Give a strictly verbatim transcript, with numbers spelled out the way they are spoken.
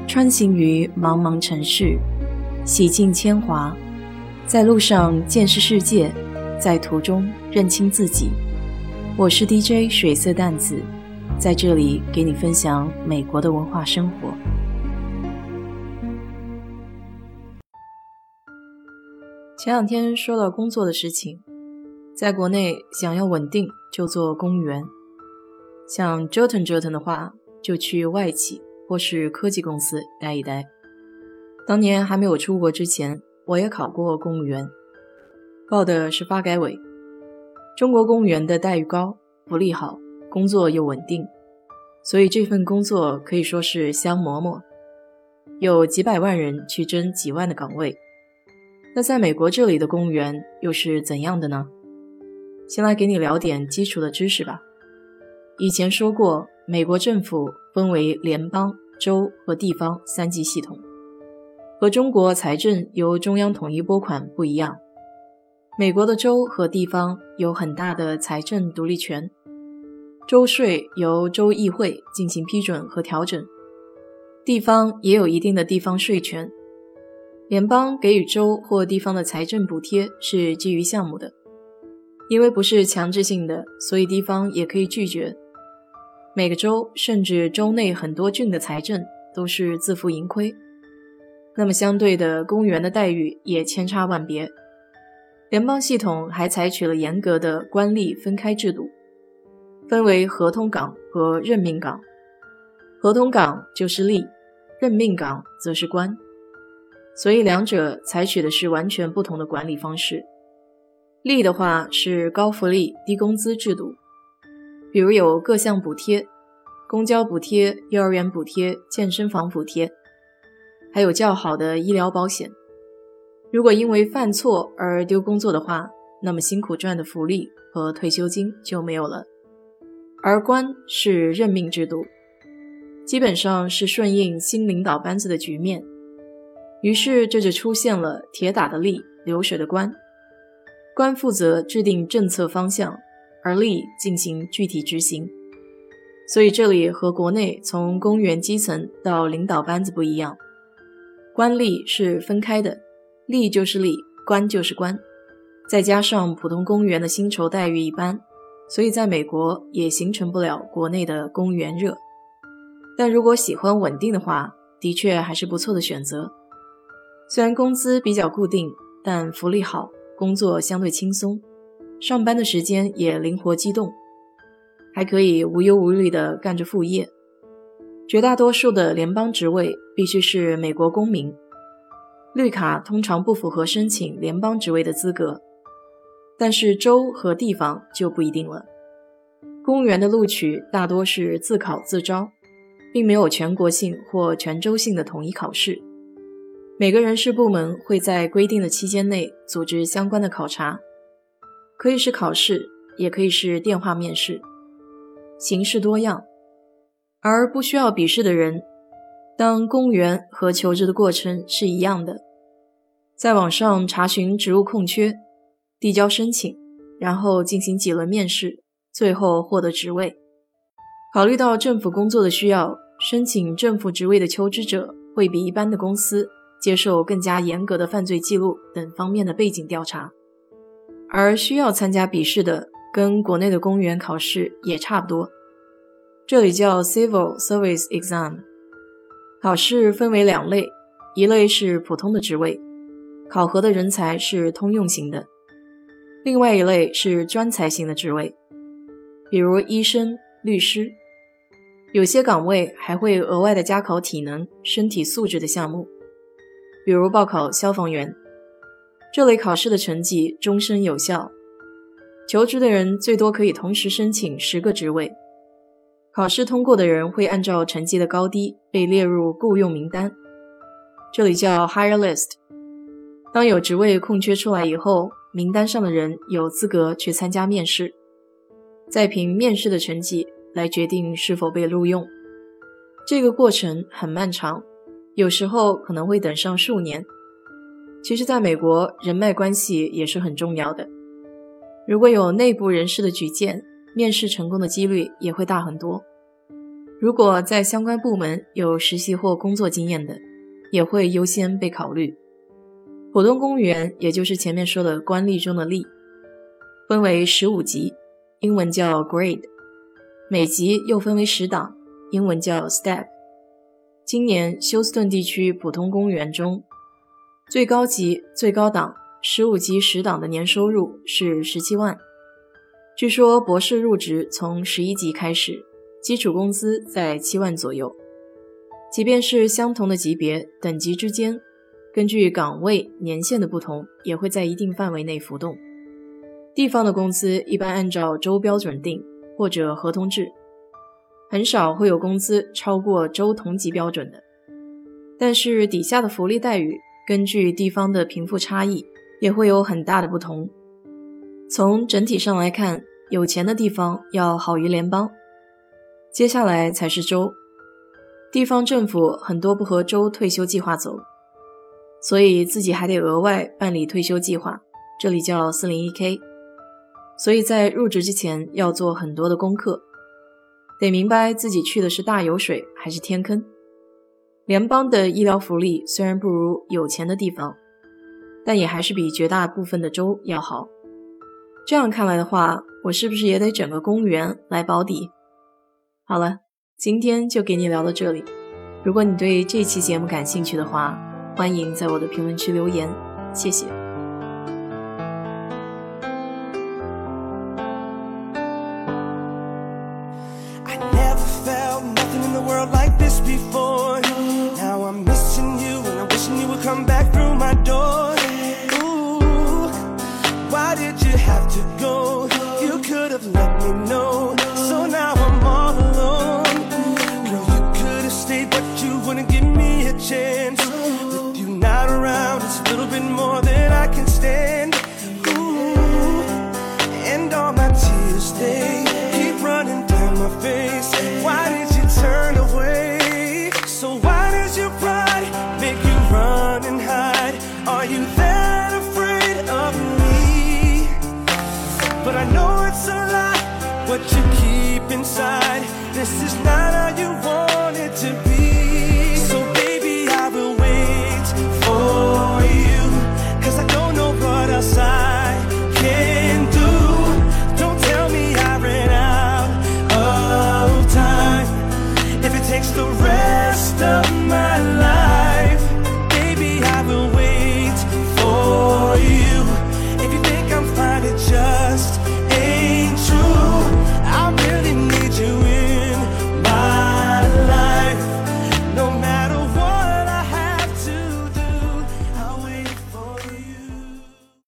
穿行于茫茫城市，洗尽铅华，在路上见识世界，在途中认清自己。我是 D J 水色淡子，在这里给你分享美国的文化生活。前两天说到工作的事情，在国内想要稳定就做公务员，想折腾折腾的话就去外企或是科技公司待一待。当年还没有出国之前，我也考过公务员，报的是发改委。中国公务员的待遇高，福利好，工作又稳定，所以这份工作可以说是香饽饽，有几百万人去争几万的岗位。那在美国这里的公务员又是怎样的呢？先来给你聊点基础的知识吧。以前说过，美国政府分为联邦、州和地方三级系统，和中国财政由中央统一拨款不一样。美国的州和地方有很大的财政独立权，州税由州议会进行批准和调整，地方也有一定的地方税权。联邦给予州或地方的财政补贴是基于项目的，因为不是强制性的，所以地方也可以拒绝。每个州甚至州内很多郡的财政都是自负盈亏，那么相对的公务员的待遇也千差万别。联邦系统还采取了严格的官吏分开制度，分为合同岗和任命岗。合同岗就是吏，任命岗则是官，所以两者采取的是完全不同的管理方式。吏的话是高福利低工资制度，比如有各项补贴，公交补贴、幼儿园补贴、健身房补贴，还有较好的医疗保险。如果因为犯错而丢工作的话，那么辛苦赚的福利和退休金就没有了。而官是任命制度，基本上是顺应新领导班子的局面，于是这就出现了铁打的吏，流水的官。官负责制定政策方向，而吏进行具体执行。所以这里和国内从公务员基层到领导班子不一样，官吏是分开的，吏就是吏，官就是官。再加上普通公务员的薪酬待遇一般，所以在美国也形成不了国内的公务员热。但如果喜欢稳定的话，的确还是不错的选择。虽然工资比较固定，但福利好，工作相对轻松，上班的时间也灵活机动，还可以无忧无虑地干着副业。绝大多数的联邦职位必须是美国公民，绿卡通常不符合申请联邦职位的资格，但是州和地方就不一定了。公务员的录取大多是自考自招，并没有全国性或全州性的统一考试。每个人事部门会在规定的期间内组织相关的考察，可以是考试，也可以是电话面试，形式多样。而不需要笔试的人，当公务员和求职的过程是一样的，在网上查询职务空缺，递交申请，然后进行几轮面试，最后获得职位。考虑到政府工作的需要，申请政府职位的求职者会比一般的公司接受更加严格的犯罪记录等方面的背景调查，而需要参加笔试的跟国内的公务员考试也差不多，这里叫 Civil Service Exam。 考试分为两类，一类是普通的职位，考核的人才是通用型的，另外一类是专才型的职位，比如医生、律师，有些岗位还会额外的加考体能、身体素质的项目，比如报考消防员。这类考试的成绩终身有效，求职的人最多可以同时申请十个职位。考试通过的人会按照成绩的高低被列入雇用名单，这里叫 Hire List。 当有职位空缺出来以后，名单上的人有资格去参加面试，再凭面试的成绩来决定是否被录用。这个过程很漫长，有时候可能会等上数年。其实在美国，人脉关系也是很重要的，如果有内部人士的举荐，面试成功的几率也会大很多。 如果在相关部门有实习或工作经验的，也会优先被考虑。普通公务员也就是前面说的官吏中的吏，分为十五级，英文叫 grade， 每级又分为十档，英文叫 step。 今年休斯顿地区普通公务员中，最高级最高档十五级十档的年收入是十七万。据说博士入职从十一级开始，基础工资在七万左右。即便是相同的级别，等级之间根据岗位年限的不同，也会在一定范围内浮动。地方的工资一般按照州标准定，或者合同制，很少会有工资超过州同级标准的。但是底下的福利待遇根据地方的贫富差异也会有很大的不同。从整体上来看，有钱的地方要好于联邦，接下来才是州。地方政府很多不和州退休计划走，所以自己还得额外办理退休计划，这里叫 四零一 K。 所以在入职之前要做很多的功课，得明白自己去的是大油水还是天坑。联邦的医疗福利虽然不如有钱的地方，但也还是比绝大部分的州要好。这样看来的话，我是不是也得整个公务员来保底？好了，今天就给你聊到这里。如果你对这期节目感兴趣的话，欢迎在我的评论区留言，谢谢。 What you keep inside, this is not how you want it to be. So baby, I will wait for you, cause I don't know what else I can do. Don't tell me I ran out of time. If it takes the rest of my life